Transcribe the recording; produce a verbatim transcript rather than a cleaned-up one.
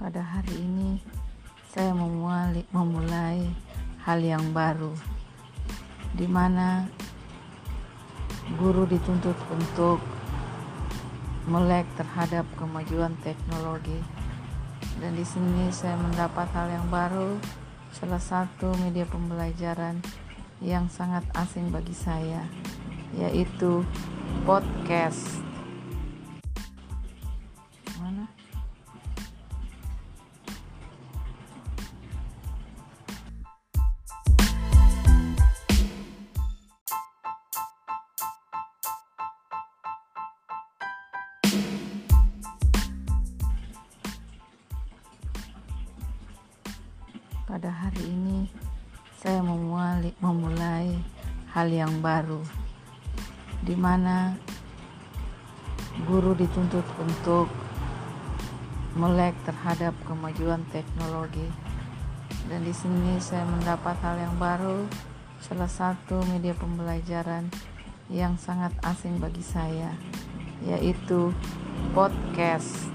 Pada hari ini saya memulai, memulai hal yang baru, di mana guru dituntut untuk melek terhadap kemajuan teknologi. Dan di sini saya mendapat hal yang baru, salah satu media pembelajaran yang sangat asing bagi saya, yaitu podcast. Mana? Pada hari ini saya memulai, memulai hal yang baru, di mana guru dituntut untuk melek terhadap kemajuan teknologi. Dan di sini saya mendapat hal yang baru, salah satu media pembelajaran yang sangat asing bagi saya, yaitu podcast.